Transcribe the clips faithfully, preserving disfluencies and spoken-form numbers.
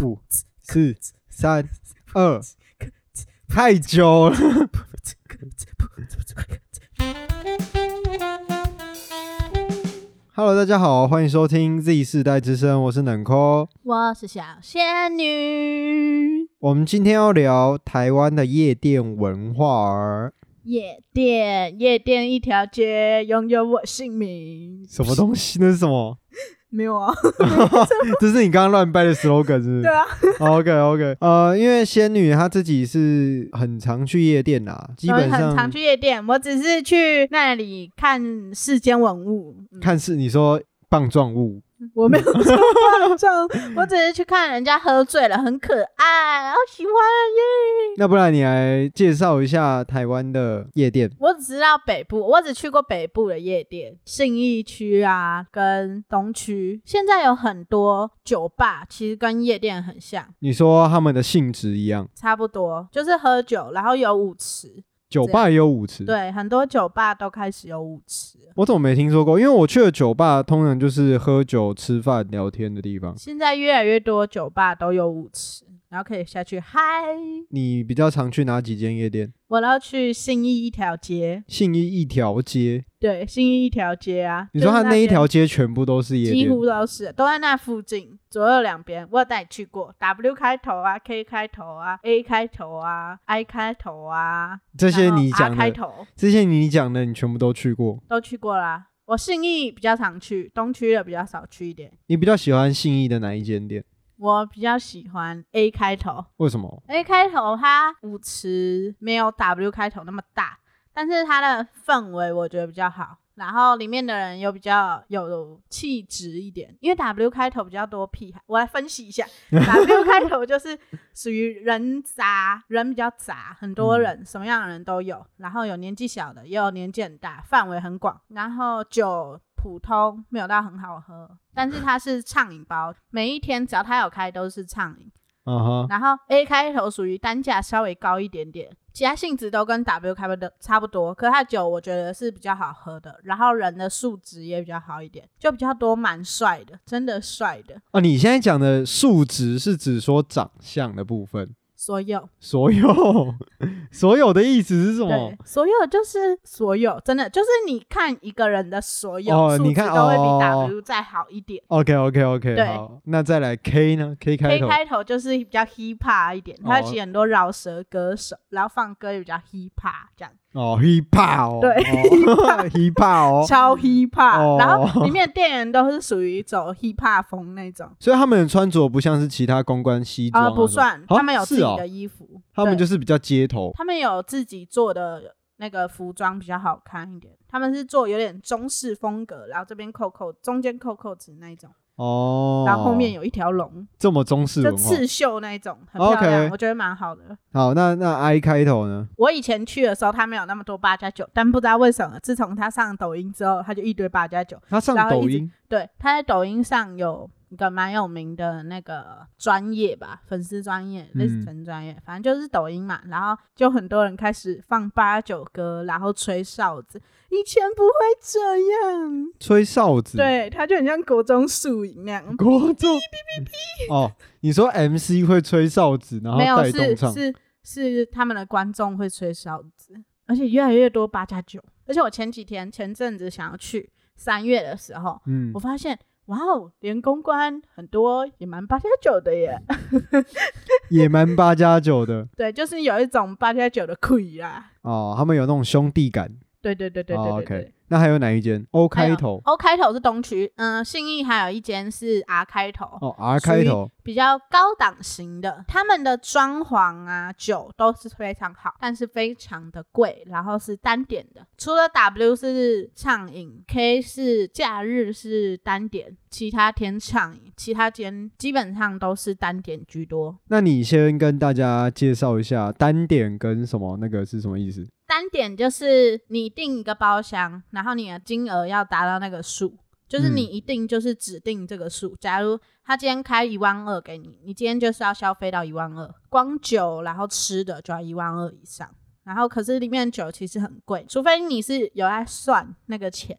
五四三二，太久了。Hello， 大家好，欢迎收听 Z 世代之声，我是冷抠， 我是小仙女。 我们今天要聊台湾的夜店文化儿。 夜店，夜店一条街，拥有我姓名。 什么东西？那是什么？ 没有啊， 这是你刚刚乱掰的 slogan 是不是？ 对啊。 OK OK， 呃，因为仙女她自己是很常去夜店啦，基本上很常去夜店，我只是去那里看世间文物。嗯、 看是你说棒状物。 我没有说棒状，我只是去看人家喝醉了，很可爱，好喜欢耶。 那不然你来介绍一下台湾的夜店。 我只知道北部，我只去过北部的夜店，信义区啊跟东区。现在有很多酒吧其实跟夜店很像。 你说他们的性质一样？ 差不多，就是喝酒然后有舞池。 酒吧也有舞池？ 对，很多酒吧都开始有舞池。 我怎么没听说过？因为我去的酒吧通常就是喝酒吃饭聊天的地方。 现在越来越多酒吧都有舞池，然后可以下去嗨。 你比较常去哪几间夜店？ 我要去信义一条街。 信义一条街？对， 信义一条街啊。 你说它那一条街全部都是夜店？ 几乎都是，都在那附近，左右两边。我有带你去过 W 开头啊 K 开头啊 A 开头啊 I 开头啊， 这些你讲的 R 开头， 这些你讲的你全部都去过？ 都去过啦。我信义比较常去，东区的比较少去一点。 你比较喜欢信义的哪一间店？ 我比较喜欢 A 开头。 为什么？ A 开头它舞池没有 W 开头那么大，但是它的氛围我觉得比较好，然后里面的人又比较有气质一点。因为 W 开头比较多屁孩，我来分析一下。W 开头就是属于人杂，人比较杂，很多人、嗯、什么样的人都有，然后有年纪小的也有年纪很大，范围很广，然后酒普通，没有到很好喝，但是它是畅饮包，每一天只要它有开都是畅饮。 Uh-huh. 然后 A 开头属于单价稍微高一点点，其他性质都跟 W 开头的差不多，可是它酒我觉得是比较好喝的，然后人的素质也比较好一点，就比较多蛮帅的，真的帅的。 啊，你现在讲的素质是指说长相的部分？ 所有所有所有的意思是什么？ 对，所有就是所有，真的就是你看一个人的所有、 哦、 素质都会比 W 再好一点。 OK OK OK， 对， 好，那再来 K 呢？ K 开头 K 开头就是比较 hip hop 一点，他会请很多饶舌歌手、哦、然后放歌也比较 hip hop 这样。 哦 hip hop 哦， 对、 哦、hip hop 哦， 超 hip hop、 哦、 然后里面的店员都是属于走 hip hop 风那种， 所以他们的穿着不像是其他公关西装、啊呃、 不算、他们有自己的衣服、哦、 他们就是比较街头， 他们有自己做的那个服装比较好看一点，他们是做有点中式风格，然后这边扣扣中间扣扣子那种哦，然后后面有一条龙， 这么中式文化， 就刺绣那一种，很漂亮、okay. 我觉得蛮好的。 好，那那 I 开头呢？ 我以前去的时候他没有那么多八加九，但不知道为什么自从他上抖音之后他就一堆八加九。 他上抖音？ 对，他在抖音上有一个蛮有名的那个专业吧，粉丝专业类似粉丝专业、嗯、反正就是抖音嘛，然后就很多人开始放八九歌，然后吹哨子。以前不会这样， 吹哨子， 对，他就很像国中宿营那样， 国中哦，你说 M C 会吹哨子然后带动唱？ 没有，是是是他们的观众会吹哨子，而且越来越多八加九。而且我前几天前阵子想要去三月的时候、嗯、我发现哇哦，连公关很多也蛮八加九的耶也蛮八加九的对，就是有一种八加九的亏啦哦，他们有那种兄弟感。 对对对对对对、哦 okay. 那还有哪一间 O 开头？ O 开头是东区，嗯，信义还有一间是 R 开头哦 R 开头比较高档型的，他们的装潢啊酒都是非常好，但是非常的贵，然后是单点的，除了 W 是畅饮， K 是假日是单点，其他天畅饮，其他间基本上都是单点居多。 那你先跟大家介绍一下单点跟什么那个是什么意思？ 单点就是你订一个包厢，然后你的金额要达到那个数，就是你一定就是指定这个数、嗯、假如他今天开一万二给你，你今天就是要消费到一万二，光酒然后吃的就要一万二以上，然后可是里面酒其实很贵，除非你是有在算那个钱，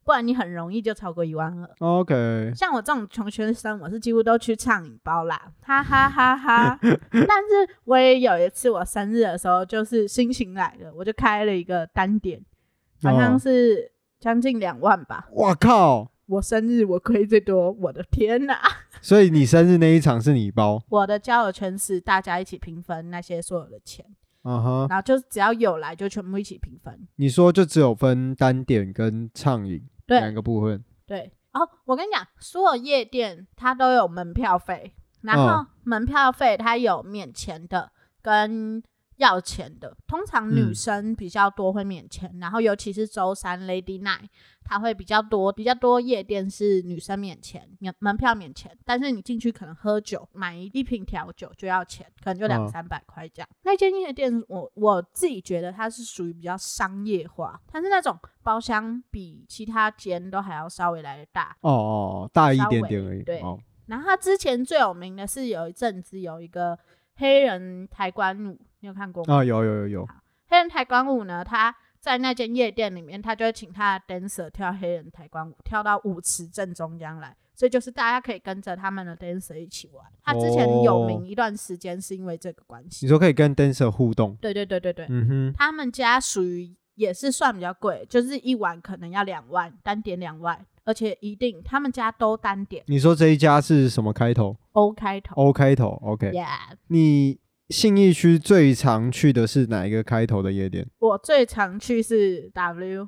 不然你很容易就超过一万二。 OK， 像我这种穷学生，我是几乎都去畅饮包啦，哈哈哈哈。但是我也有一次我生日的时候，就是心情来了，我就开了一个单点，好像是将近两万吧。 哇靠！ 我生日我亏最多，我的天哪！ 所以你生日那一场是你包？ 我的交友圈是大家一起平分那些所有的钱， 嗯哼， 然后就只要有来就全部一起平分。 你说就只有分单点跟畅饮两个部分？ 对。哦，我跟你讲，所有夜店它都有门票费，然后门票费它有免钱的跟要钱的，通常女生比较多会免钱、嗯、然后尤其是周三 Lady Night 它会比较多比较多夜店是女生免钱，门票免钱，但是你进去可能喝酒买一瓶调酒就要钱，可能就两三百块这样、哦、那间夜店我我自己觉得它是属于比较商业化，它是那种包厢比其他间都还要稍微来的大哦哦，大一点点而已。 对、 哦， 然后它之前最有名的是有一阵子有一个黑人抬棺舞，你有看过吗？ 哦，有有有有。 黑人抬棺舞呢，他在那间夜店里面，他就会请他的 dancer 跳黑人抬棺舞，跳到舞池正中央来，所以就是大家可以跟着他们的 dancer 一起玩。他之前有名一段时间是因为这个关系。 你说可以跟 dancer 互动？ 对对对对对。 嗯哼。 他们家属于也是算比较贵，就是一晚可能要两万，单点两万。而且一定他们家都单点。 你说这一家是什么开头？ O 开头。 O 开头 OK、 yeah. 你信义区最常去的是哪一个开头的夜店？ 我最常去是 W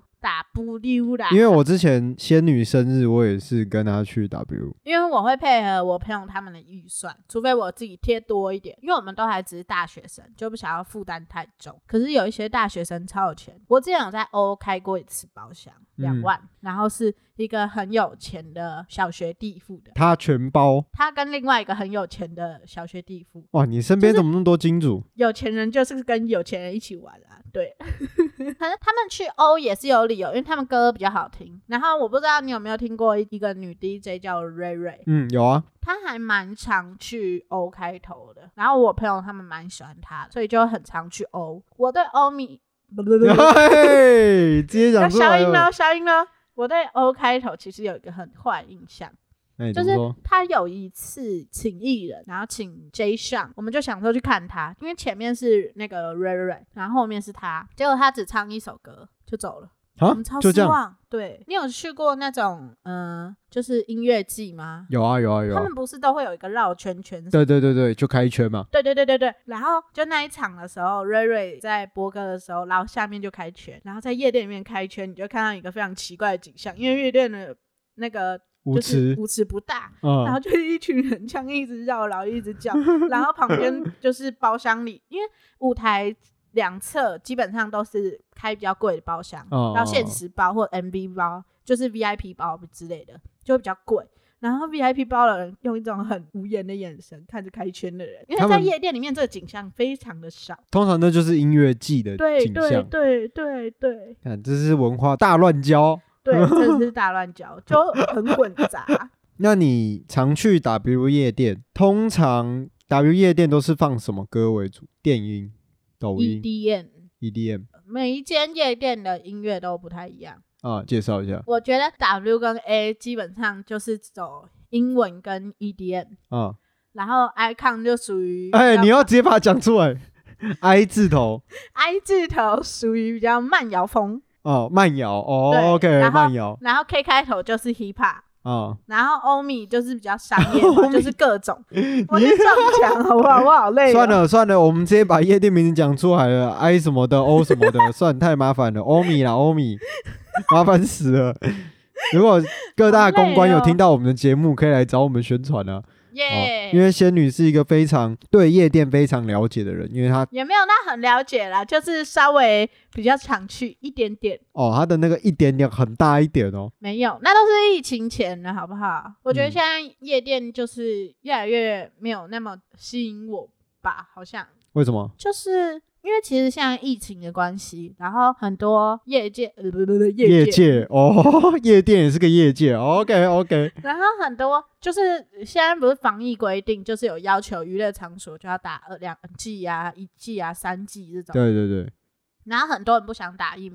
W 啦， 因为我之前仙女生日我也是跟她去 W， 因为我会配合我朋友他们的预算，除非我自己贴多一点，因为我们都还只是大学生，就不想要负担太重。可是有一些大学生超有钱，我之前有在 O 开过一次包厢两万、嗯、然后是一个很有钱的小学弟付的，他全包， 他跟另外一个很有钱的小学弟付。 哇，你身边怎么那么多金主、就是、 有钱人就是跟有钱人一起玩啊，对。可是他们去 O 也是有理由，因为他们歌比较好听。然后我不知道你有没有听过一个女 D J 叫瑞瑞，嗯， 有啊， 她还蛮常去 O 开头的，然后我朋友他们蛮喜欢她的，所以就很常去 O。 我对欧米嘿直接讲出来了， 消音了消音了。我对 O 开头其实有一个很坏印象，就是他有一次请艺人，然后请 J 上，我们就想说去看他，因为前面是那个瑞瑞，然后后面是他，结果他只唱一首歌就走了，我们超失望。对，你有去过那种嗯、呃，就是音乐季吗？ 有啊有啊有啊， 他们不是都会有一个绕圈圈？ 对对对对，就开一圈嘛。 对对对对对，然后就那一场的时候，瑞瑞在播歌的时候，然后下面就开圈，然后在夜店里面开圈，你就看到一个非常奇怪的景象，因为夜店的那个舞池舞池不大、 嗯、 然后就是一群人这样一直绕，然后一直叫，然后旁边就是包厢里，因为舞台两侧基本上都是开比较贵的包厢， 哦、 然后限时包或 M V 包，就是 V I P 包之类的，就会比较贵。然后 V I P 包的人用一种很无言的眼神看着开圈的人，因为在夜店里面这个景象非常的少， 通常那就是音乐季的景象。 对对对对对， 看这是文化大乱交。 对，这是大乱交，就很混杂。 那你常去 W 夜店，通常 W 夜店都是放什么歌为主？电音、抖音、 E D M E D M， 每一间夜店的音乐都不太一样啊，介绍一下。我觉得 W 跟 A 基本上就是走英文跟 E D M 啊，然后 Icon 就属于哎，你要直接把它讲出来。I 字头 I 字头属于比较慢摇风哦，慢摇哦 ，OK， 慢摇。 然后 K 开头就是 Hip Hop 啊， 然后欧米就是比较商业化，就是各种。我就这样讲好不好？我好累、哦。 算了算了，我们直接把夜店名字讲出来了 ，I 什么的 ，O 什么的，算太麻烦了。欧米啦，欧米，麻烦死了。如果各大公关有听到我们的节目，可以来找我们宣传啊。 耶、yeah 哦，因为仙女是一个非常对夜店非常了解的人，因为她也没有那很了解啦，就是稍微比较常去一点点。 哦，她的那个一点点很大一点哦。 没有，那都是疫情前的好不好？我觉得现在夜店就是越来越没有那么吸引我吧，好像。 为什么？ 就是因为其实现在疫情的关系，然后很多业界呃不不不业界业界哦，夜店也是个业界 ，OK OK。 然后很多就是现在不是防疫规定，就是有要求娱乐场所就要打二两剂啊、一剂啊、三剂这种。 对对对。 然后很多人不想打疫苗，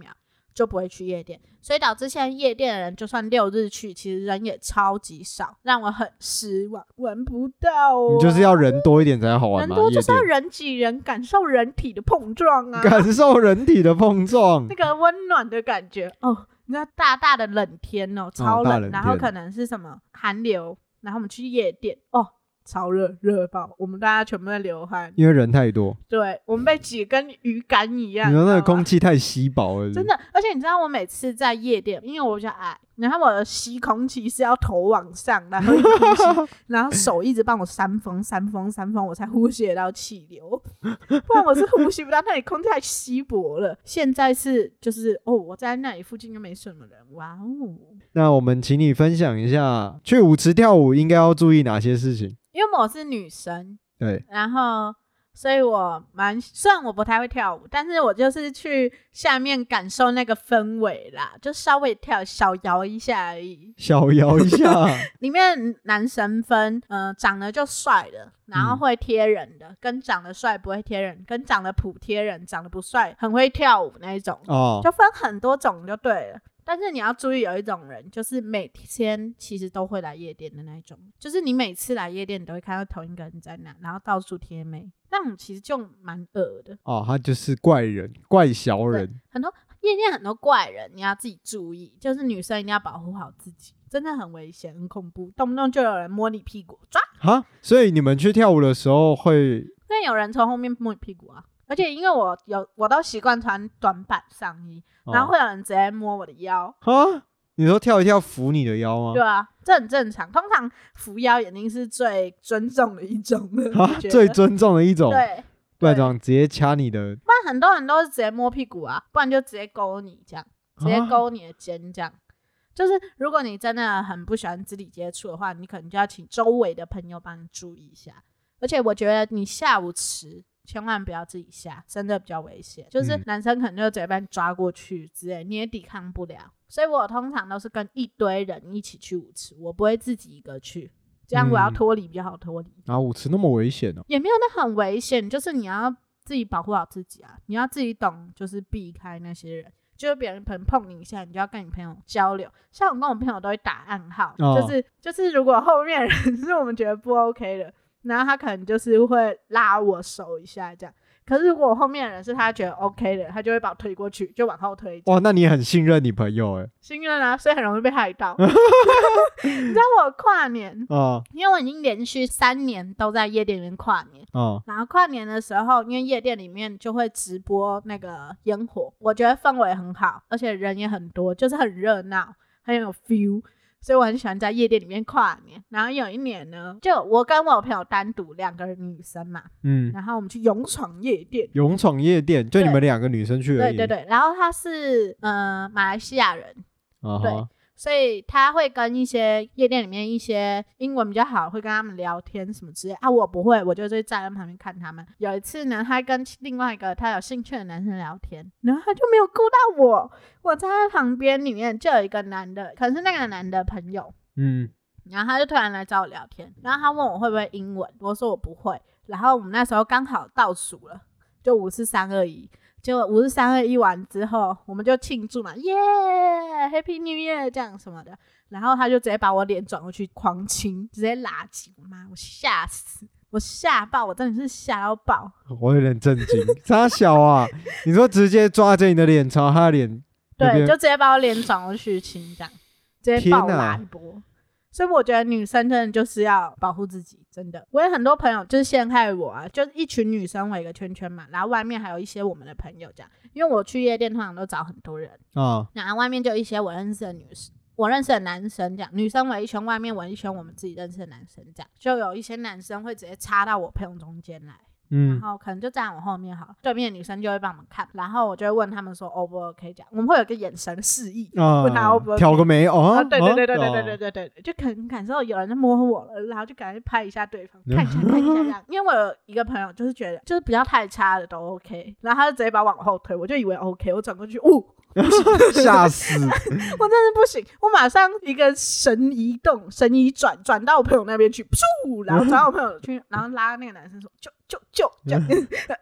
就不会去夜店，所以导致现在夜店的人就算六日去，其实人也超级少，让我很失望，玩不到、啊、 你就是要人多一点才好玩嘛， 人多就是要人挤人，感受人体的碰撞啊， 感受人体的碰撞， 那个温暖的感觉哦。你知道大大的冷天哦，超冷，哦、冷然后可能是什么寒流，然后我们去夜店哦。超热，热爆！我们大家全部在流汗， 因为人太多。 对，我们被挤跟鱼干一样。 你说那个空气太稀薄了， 真的。而且你知道，我每次在夜店，因为我比较矮，然后我的吸空气是要头往上，然后呼吸，然后手一直帮我扇风、扇风、扇风，我才呼吸得到气流。不然我是呼吸不到，那里空气太稀薄了。现在是就是哦，我在那里附近又没什么人，哇哦！ 那我们请你分享一下，去舞池跳舞应该要注意哪些事情？ 因为我是女生， 对， 然后所以我蛮虽然我不太会跳舞，但是我就是去下面感受那个氛围啦，就稍微跳小摇一下而已， 小摇一下。 里面男生分，呃，长得就帅的，然后会贴人的，嗯、跟长得帅不会贴人，跟长得普贴人，长得不帅很会跳舞那一种，哦，就分很多种就对了。但是你要注意，有一种人就是每天其实都会来夜店的那一种，就是你每次来夜店你都会看到同一个人在那，然后到处贴妹，那种其实就蛮恶的哦，他就是怪人，怪小人。 很多夜店很多怪人，你要自己注意，就是女生一定要保护好自己，真的很危险，很恐怖，动不动就有人摸你屁股抓哈。所以你们去跳舞的时候会会有人从后面摸你屁股啊？而且因为我有我都习惯穿短版上衣，哦、然后会有人直接摸我的腰哈。你说跳一跳扶你的腰吗？ 对啊，这很正常，通常扶腰已经是最尊重的一种了， 最尊重的一种， 对， 不然这样直接掐你的， 不然很多人都是直接摸屁股啊，不然就直接勾你这样，直接勾你的肩这样、啊、就是如果你真的很不喜欢肢体接触的话，你可能就要请周围的朋友帮你注意一下。而且我觉得你下舞池千万不要自己下，真的比较危险，就是男生可能就直接把你抓过去之类，你也抵抗不了。所以我通常都是跟一堆人一起去舞池，我不会自己一个去，这样我要脱离比较好脱离、嗯、 啊，舞池那么危险哦？ 也没有那很危险，就是你要自己保护好自己啊，你要自己懂就是避开那些人，就是别人可能碰你一下，你就要跟你朋友交流。像我跟我朋友都会打暗号、哦、就是就是如果后面人是我们觉得不 OK 的，然后他可能就是会拉我手一下这样，可是如果我后面的人是他觉得 OK 的，他就会把我推过去，就往后推。 哇，那你很信任你朋友耶？ 信任啊，所以很容易被害到。你知道我跨年、哦、因为我已经连续三年都在夜店里面跨年、哦、然后跨年的时候，因为夜店里面就会直播那个烟火，我觉得氛围很好，而且人也很多，就是很热闹，很有 feel，所以我很喜欢在夜店里面跨年。然后有一年呢，就我跟我朋友单独两个女生嘛，嗯，然后我们去勇闯夜店。勇闯夜店，就你们两个女生去而已。 对对对，然后他是呃马来西亚人，uh huh. 对，所以他会跟一些夜店里面一些英文比较好，会跟他们聊天什么之类啊。我不会，我就在站在旁边看他们。有一次呢，他跟另外一个他有兴趣的男生聊天，然后他就没有顾到我，我站在旁边里面就有一个男的，可能是那个男的朋友，嗯，然后他就突然来找我聊天，然后他问我会不会英文，我说我不会。然后我们那时候刚好倒数了，就五四三二一。结果五四三二一完之后，我们就庆祝嘛，耶、yeah, Happy New Year 这样什么的。然后他就直接把我脸转过去狂亲，直接拉紧，我妈，我吓死，我吓爆，我真的是吓到爆。 我有点震惊，傻小啊！你说直接抓着你的脸朝他的脸， 对，就直接把我脸转过去亲，这样直接暴拉一波。所以我觉得女生真的就是要保护自己，真的。我有很多朋友就是陷害我啊，就是一群女生围一个圈圈嘛，然后外面还有一些我们的朋友这样。因为我去夜店通常都找很多人，哦，然后外面就有一些我认识的女生，我认识的男生这样，女生围一圈，外面围一圈我们自己认识的男生这样，就有一些男生会直接插到我朋友中间来。嗯，然后可能就站我后面好了，对面的女生就会帮我们看，然后我就会问他们说 O 不 OK 这样，我们会有个眼神示意、啊、问他 O 不 OK， 挑个眉哦、 啊、对对对对对对对对对、哦、就可能感受有人在摸我了，然后就赶快拍一下对方，看一下看一下这样。因为我有一个朋友就是觉得就是不要太差的都 OK， 然后他就直接把我往后推，我就以为 OK， 我转过去哦吓死我真的不行，我马上一个神移动神移转转到我朋友那边去，然后转到我朋友去，然后拉那个男生说就就就就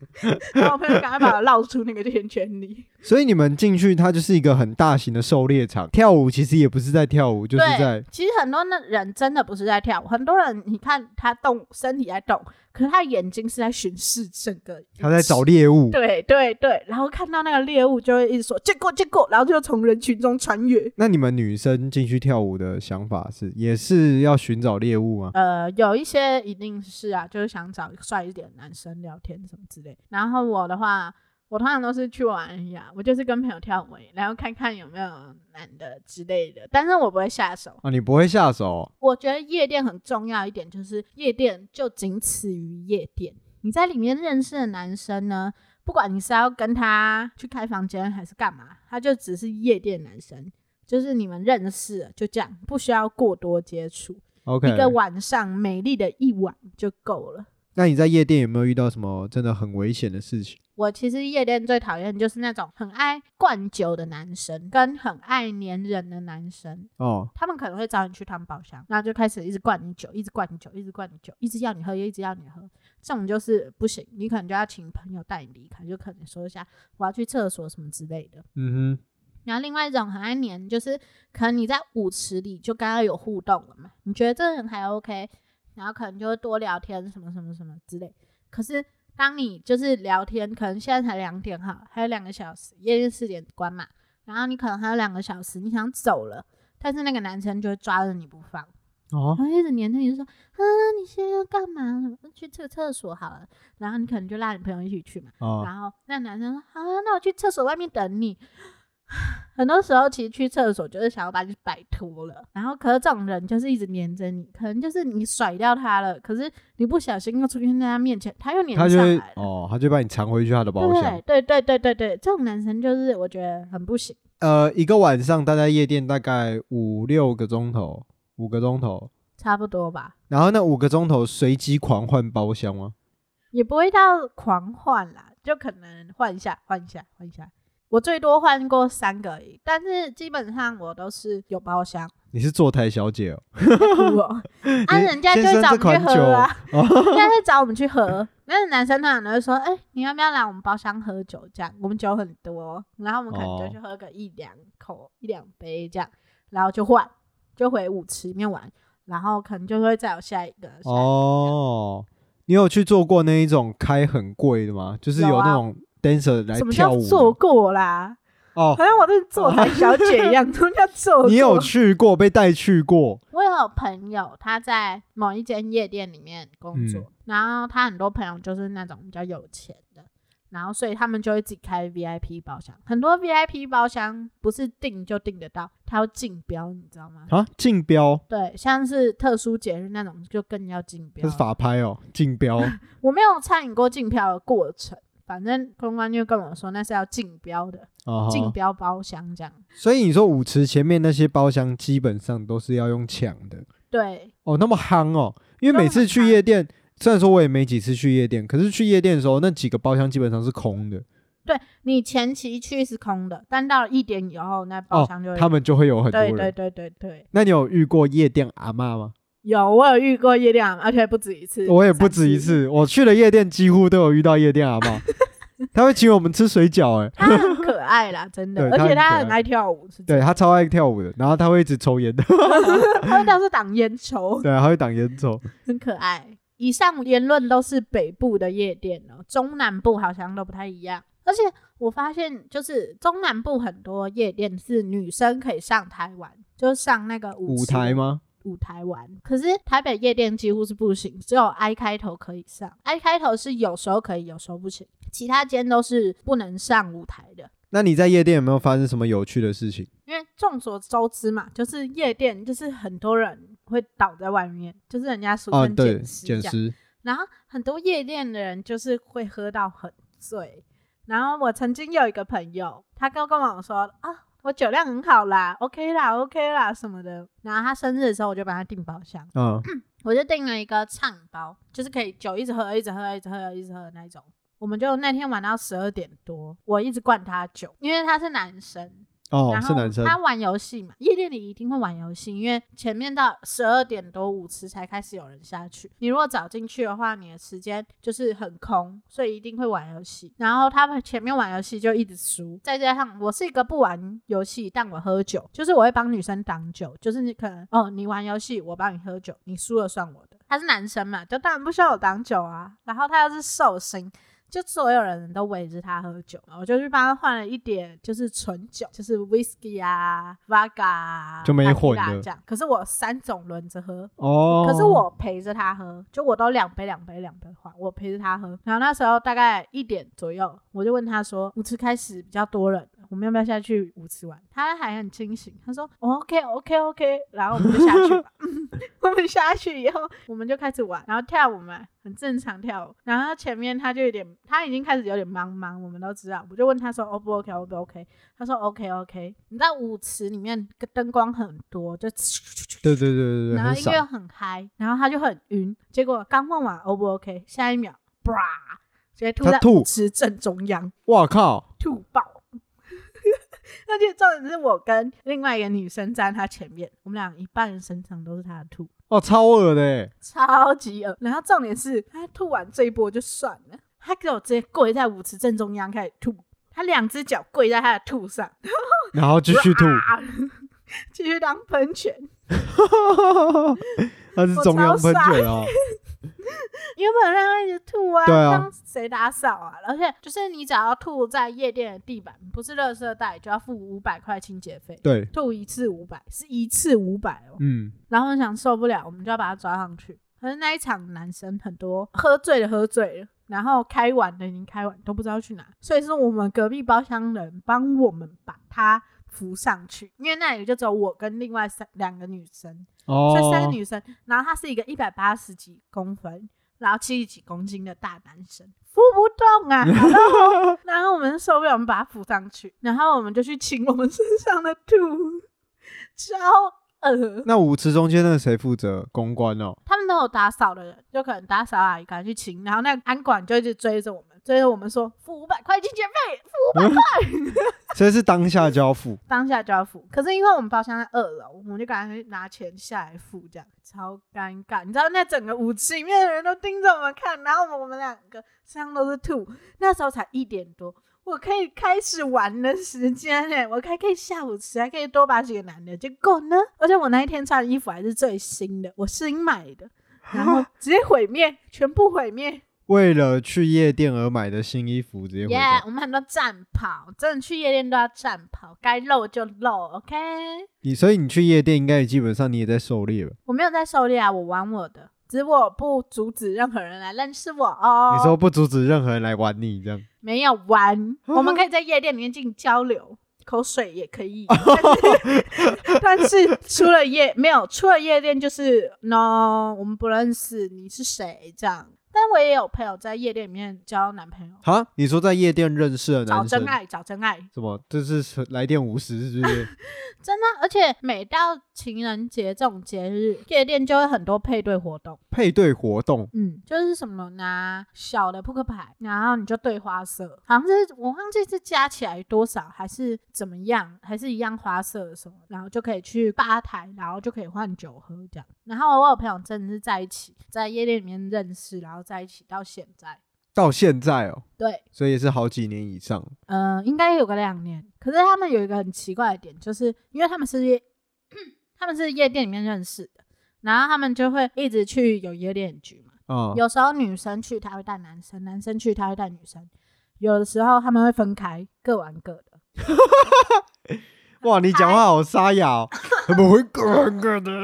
然后我朋友赶快把我绕出那个圈圈里。 所以你们进去，它就是一个很大型的狩猎场。跳舞其实也不是在跳舞，就是在…… 其实很多的人真的不是在跳舞，很多人你看他动身体在动，可是他眼睛是在巡视整个， 他在找猎物。 对对对，然后看到那个猎物就会一直说结果结果，然后就从人群中穿越。 那你们女生进去跳舞的想法是，也是要寻找猎物吗？ 呃，有一些一定是啊，就是想找帅一点的男生聊天什么之类。然后我的话，我通常都是去玩而已啊，我就是跟朋友跳舞，然后看看有没有男的之类的，但是我不会下手啊。你不会下手？ 我觉得夜店很重要一点，就是夜店就仅此于夜店。你在里面认识的男生呢，不管你是要跟他去开房间还是干嘛，他就只是夜店男生，就是你们认识了就这样，不需要过多接触。 Okay. 一个晚上美丽的一晚就够了。 那你在夜店有没有遇到什么真的很危险的事情？ 我其实夜店最讨厌就是那种很爱灌酒的男生跟很爱黏人的男生哦，他们可能会找你去他们包厢，然后就开始一直灌你酒，一直灌你酒，一直灌你酒，一直要你喝，一直要你喝，这种就是不行，你可能就要请朋友带你离开，就可能说一下我要去厕所什么之类的。嗯哼。然后另外一种很爱黏，就是可能你在舞池里就刚刚有互动了嘛，你觉得这个人还 OK， 然后可能就会多聊天什么什么什么之类。可是当你就是聊天，可能现在才两点好，还有两个小时，夜店四点关嘛，然后你可能还有两个小时，你想走了，但是那个男生就会抓着你不放，哦，然后一直黏着你，就说啊，你现在要干嘛？去厕厕所好了。然后你可能就拉你朋友一起去嘛，哦，然后那男生说好啊，那我去厕所外面等你。很多时候其实去厕所就是想要把你摆脱了，然后可是这种人就是一直黏着你，可能就是你甩掉他了，可是你不小心又出现在他面前，他又黏上来了， 哦，他就把你藏回去他的包厢。 对对对对对对，这种男生就是我觉得很不行。 呃，一个晚上待在夜店大概五六个钟头，五个钟头差不多吧。 然后那五个钟头随机狂换包厢吗？ 也不会到狂换啦，就可能换一下换一下换一下。我最多换过三个而已，但是基本上我都是有包厢。 你是坐台小姐哦？ 哭哦！啊，人家就会找我们去喝啊，人家会找我们去喝。那男生通常都会说：“哎、欸，你要不要来我们包厢喝酒？这样我们酒很多，然后我们可能就去喝个一两口、一两杯这样，然后就换，就回舞池里面玩，然后可能就会再有下一个。下一个”哦， 你有去做过那一种开很贵的吗？就是有那种。dancer 来跳舞。什么叫做过啦？哦，好像我是坐台小姐一样。什么叫做过？ 你有去过，被带去过？ 我有朋友，他在某一间夜店里面工作，嗯、然后他很多朋友就是那种比较有钱的，然后所以他们就会自己开 V I P 包厢。很多 V I P 包厢不是订就订得到，它要竞标，你知道吗？ 啊，竞标？ 对，像是特殊节日那种就更要竞标。 这是法拍哦，竞标。 我没有参与过竞标的过程。反正公关就跟我说那是要竞标的，竞、uh-huh. 标包厢这样。 所以你说舞池前面那些包厢基本上都是要用抢的。 对。 哦，那么夯哦，因为每次去夜店，虽然说我也没几次去夜店，可是去夜店的时候那几个包厢基本上是空的。 对，你前期去是空的，但到了一点以后那包厢就会、 哦、他们就会有很多人。 对对对对对。 那你有遇过夜店阿嬷吗？ 有，我有遇过夜店阿嬷，而且不止一次。 我也不止一次，我去的夜店几乎都有遇到夜店阿嬷。他会请我们吃水饺。哎、欸， 他很可爱啦，真的，而且他很爱跳舞，是对他超爱跳舞的，然后他会一直抽烟的， 他会当时挡烟抽， 对，他会挡烟抽， 很可爱。以上言论都是北部的夜店哦，中南部好像都不太一样。而且我发现，就是中南部很多夜店是女生可以上台玩，就上那个舞舞台吗？ 舞台玩，可是台北夜店几乎是不行，只有 I 开头可以上 I 开头是有时候可以有时候不行，其他间都是不能上舞台的。 那你在夜店有没有发生什么有趣的事情？ 因为众所周知嘛，就是夜店就是很多人会倒在外面，就是人家俗称捡尸这样、哦、捡尸，然后很多夜店的人就是会喝到很醉。然后我曾经有一个朋友，他跟我说啊，我酒量很好啦 OK 啦 OK 啦什么的，然后他生日的时候我就帮他订包厢、嗯、我就订了一个畅包，就是可以酒一直喝一直喝一直喝一直喝的那种。我们就那天玩到十二点多，我一直灌他酒，因为他是男生哦， 然后是男生。 他玩游戏嘛，夜店里一定会玩游戏，因为前面到十二点多舞池才开始有人下去。你如果早进去的话，你的时间就是很空，所以一定会玩游戏。然后他们前面玩游戏就一直输，再加上我是一个不玩游戏但我喝酒，就是我会帮女生挡酒，就是你可能哦你玩游戏我帮你喝酒，你输了算我的。他是男生嘛，就当然不需要我挡酒啊。然后他又是寿星，就所有人都围着他喝酒嘛，我就去帮他换了一点，就是纯酒，就是 whisky 啊 vodka 啊， 就没混的这样。可是我三种轮着喝哦， 可是我陪着他喝，就我都两杯两杯两杯换，我陪着他喝。然后那时候大概一点左右，我就问他说舞池开始比较多人，我们要不要下去舞池玩？他还很清醒，他说、哦、OK OK OK， 然后我们就下去吧我们下去以后我们就开始玩，然后跳舞嘛，很正常跳舞。然后前面他就有点，他已经开始有点茫茫，我们都知道。我就问他说 O 不 OK O 不 OK， 他说 OK OK。你知道舞池里面灯光很多，就对对对对对， 然后音乐很嗨，然后他就很晕。结果刚问完 O 不 OK， 下一秒啪直接吐在舞池正中央， 哇靠， 吐爆而且重点是我跟另外一个女生站在他前面，我们俩一半身上都是他的吐， 哦，超恶的耶， 超级恶。然后重点是他吐完这一波就算了，他给我直接跪在舞池正中央开始吐，他两只脚跪在他的吐上， 然后继续吐， 继续当喷泉他是中央喷泉哦因为不能让他一直吐啊， 对啊， 让谁打扫啊？而且就是你只要吐在夜店的地板，不是垃圾袋，就要付五百块清洁费。 对， 吐一次五百，是一次五百哦。 嗯， 然后我想受不了，我们就要把他抓上去。可是那一场男生很多，喝醉的喝醉了，然后开完的已经开完，都不知道去哪，所以是我们隔壁包厢人帮我们把他扶上去，因为那里就只有我跟另外三两个女生，哦，所以三个女生，然后他是一个一百八十几公分，然后七十几公斤的大男生，扶不动啊然后, 然后我们受不了，我们把他扶上去，然后我们就去清我们身上的吐，超恶。 那舞池中间那个谁负责公关哦？ 他们都有打扫的人，就可能打扫阿姨赶快去清，然后那个安管就一直追着我们，追着我们说付五百块清洁费，付五百块所以是当下就要付， 当下就要付。可是因为我们包厢在二楼，我们就赶快拿钱下来付，这样超尴尬。你知道那整个舞池里面的人都盯着我们看，然后我们两个身上都是吐。那时候才一点多，我可以开始玩的时间耶，我还可以下舞池，还可以多把几个男的。结果呢，而且我那一天穿的衣服还是最新的，我新买的，然后直接毁灭，全部毁灭。 为了去夜店而买的新衣服直接毁掉。 Yeah， 我们很多战跑，真的去夜店都要战跑，该露就露 OK。 你所以你去夜店应该基本上你也在狩猎吧？ 我没有在狩猎啊，我玩我的，只是我不阻止任何人来认识我哦。 你说不阻止任何人来玩你这样？ 没有玩，我们可以在夜店里面进行交流，口水也可以但是, 但是出了夜没有出了夜店就是 no 我们不认识你是谁这样。但我也有朋友在夜店里面交男朋友。 哈，你说在夜店认识的男生找真爱，找真爱？ 什么？这是来电五十是不是？ 真的，而且每到情人节这种节日，夜店就会很多配对活动。 配对活动， 嗯，就是什么拿小的扑克牌，然后你就对花色，好像是我忘记是加起来多少，还是怎么样，还是一样花色的什么，然后就可以去吧台，然后就可以换酒喝这样。然后我有朋友真的是在一起，在夜店里面认识，然后在一起到现在。 到现在哦， 对， 所以也是好几年以上。 呃，应该有个两年。可是他们有一个很奇怪的点，就是因为他们是夜他们是夜店里面认识的，然后他们就会一直去有夜店局嘛。 哦， 有时候女生去他会带男生，男生去他会带女生，有的时候他们会分开各玩各的哇，你讲话好沙哑哦他们会各玩各的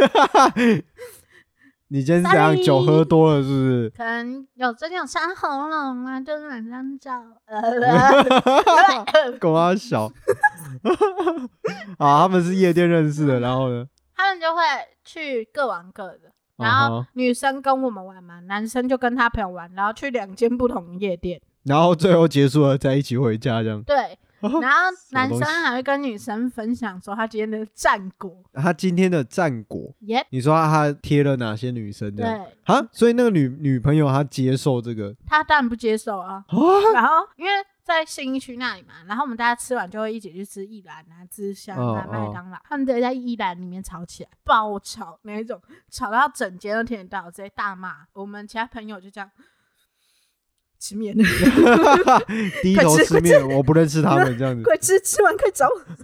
你今天是怎样？酒喝多了是不是？ 可能有最近有伤喉咙啊，就是晚上照跟我小啊，他们是夜店认识的，然后呢？ 他们就会去各玩各的，然后女生跟我们玩嘛，男生就跟他朋友玩，然后去两间不同的夜店， 然后最后结束了再一起回家这样。 对。然后男生还会跟女生分享说他今天的战果， 他今天的战果， yep， 你说 他, 他贴了哪些女生这样？ 对啊，所以那个女女朋友她接受这个？ 他当然不接受啊。然后因为在信义区那里嘛，然后我们大家吃完就会一起去吃一兰啊、芝香啊、 哦麦当劳，他们直接在一兰里面吵起来，爆吵那一种，吵到整间都听得到，直接大骂。我们其他朋友就这样吃面， 低头吃面，我不认识他们这样子。 快吃，吃完快走。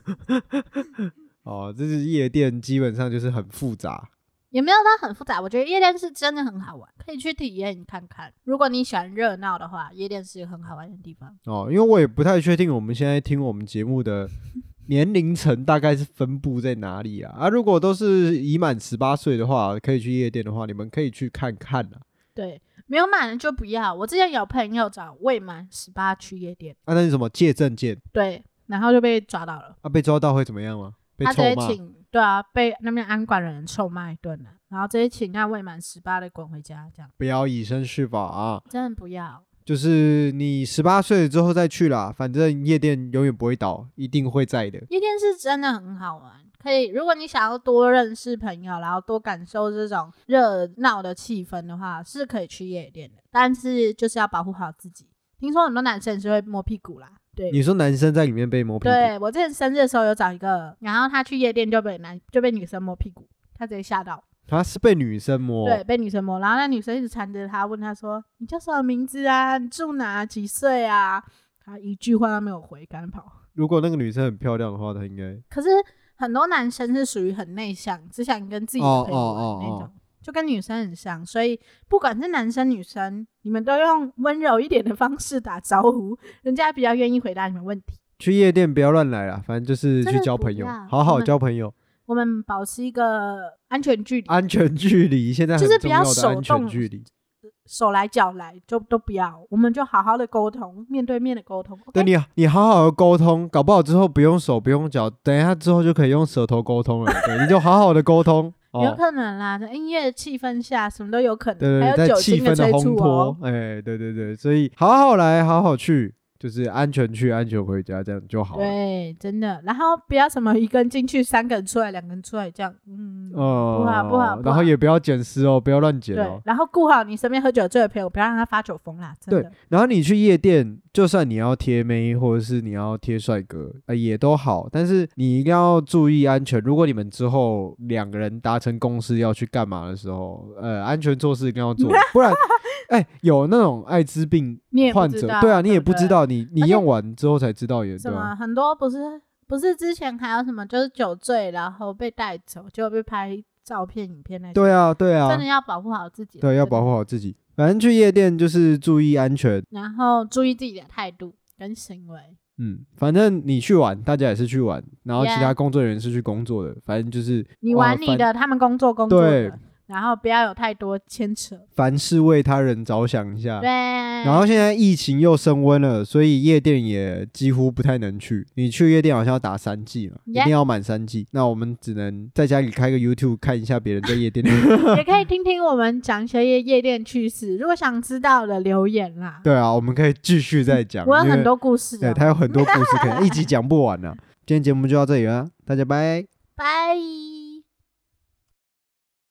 哦，这是夜店，基本上就是很复杂。 也没有到很复杂，我觉得夜店是真的很好玩，可以去体验看看。如果你喜欢热闹的话，夜店是一个很好玩的地方。 哦，因为我也不太确定我们现在听我们节目的年龄层大概是分布在哪里啊？啊，如果都是已满十八岁的话，可以去夜店的话，你们可以去看看啊。 对，没有满的就不要。我之前有朋友找未满十八去夜店， 啊，那是什么借证件？ 对，然后就被抓到了。 啊，被抓到会怎么样吗？被他直臭骂？ 接请，对啊，被那边安管的人臭骂一顿了，然后直接请那未满十八的滚回家，这样不要以身试法啊！ 真的不要。 就是你十八岁之后再去啦，反正夜店永远不会倒，一定会在的。 夜店是真的很好玩，可以，如果你想要多认识朋友，然后多感受这种热闹的气氛的话，是可以去夜店的，但是就是要保护好自己。听说很多男生是会摸屁股啦，对， 你说男生在里面被摸屁股？ 对，我之前生日的时候有找一个，然后他去夜店就被男就被女生摸屁股，他直接吓到。 他是被女生摸？ 对，被女生摸，然后那女生一直缠着他，问他说：“你叫什么名字啊？你住哪？几岁啊？”他一句话都没有回，赶紧跑。 如果那个女生很漂亮的话，他应该…… 可是很多男生是属于很内向，只想跟自己的朋友玩那种， 哦哦哦哦就跟女生很像。所以不管是男生女生，你们都用温柔一点的方式打招呼，人家比较愿意回答你们问题。 去夜店不要乱来啦，反正就是去交朋友真的不要， 好好交朋友。 我们保持一个安全距离， 安全距离现在很就是不要重要的安全手动距离。 手来脚来就都不要，我们就好好的沟通，面对面的沟通。 对 OK？ 你，你好好的沟通，搞不好之后不用手不用脚，等一下之后就可以用舌头沟通了。对，你就好好的沟通。哦、 有可能啦，在音乐的气氛下，什么都有可能。 对对对， 还有在酒精气氛的催促烘托哦。， 哎，对对对，所以好好来，好好去，就是安全去，安全回家，这样就好了。 对，真的。然后不要什么一个人进去，三个人出来，两个人出来这样，嗯， 哦、 不好不好不好。 然后也不要捡尸哦，不要乱捡对哦，。 然后顾好你身边喝酒醉的朋友，不要让他发酒疯啦，真对的。， 然后你去夜店，就算你要贴妹或者是你要贴帅哥，呃，也都好，但是你一定要注意安全。如果你们之后两个人达成共识要去干嘛的时候，呃，安全措施一定要做，不然，哎、有那种艾滋病你也不患者， 知道对啊，你也不对知道，你你而且用完之后才知道也什对啊。 么很多不是不是之前还有什么就是酒醉然后被带走，结果被拍照片影片那些， 对啊，对啊真的，要保护好自己， 对，要保护好自己。反正去夜店就是注意安全， 然后注意自己的态度跟行为。 嗯，反正你去玩，大家也是去玩，然后其 Yeah 他工作人员是去工作的，反正就是你哇反玩你的，他们工作工作对的，然后不要有太多牵扯。 凡事为他人着想一下。 对， 然后现在疫情又升温了，所以夜店也几乎不太能去。你去夜店好像要打三剂嘛， Yeah 一定要满三剂。那我们只能在家里开个 YouTube 看一下别人在夜店。 也可以听听我们讲一些夜夜店趣事，如果想知道的留言啦。 对啊，我们可以继续再讲。因为我有很多故事、 对， 哦， 他有很多故事可能一集讲不完呢、啊。今天节目就到这里了，大家拜。 拜。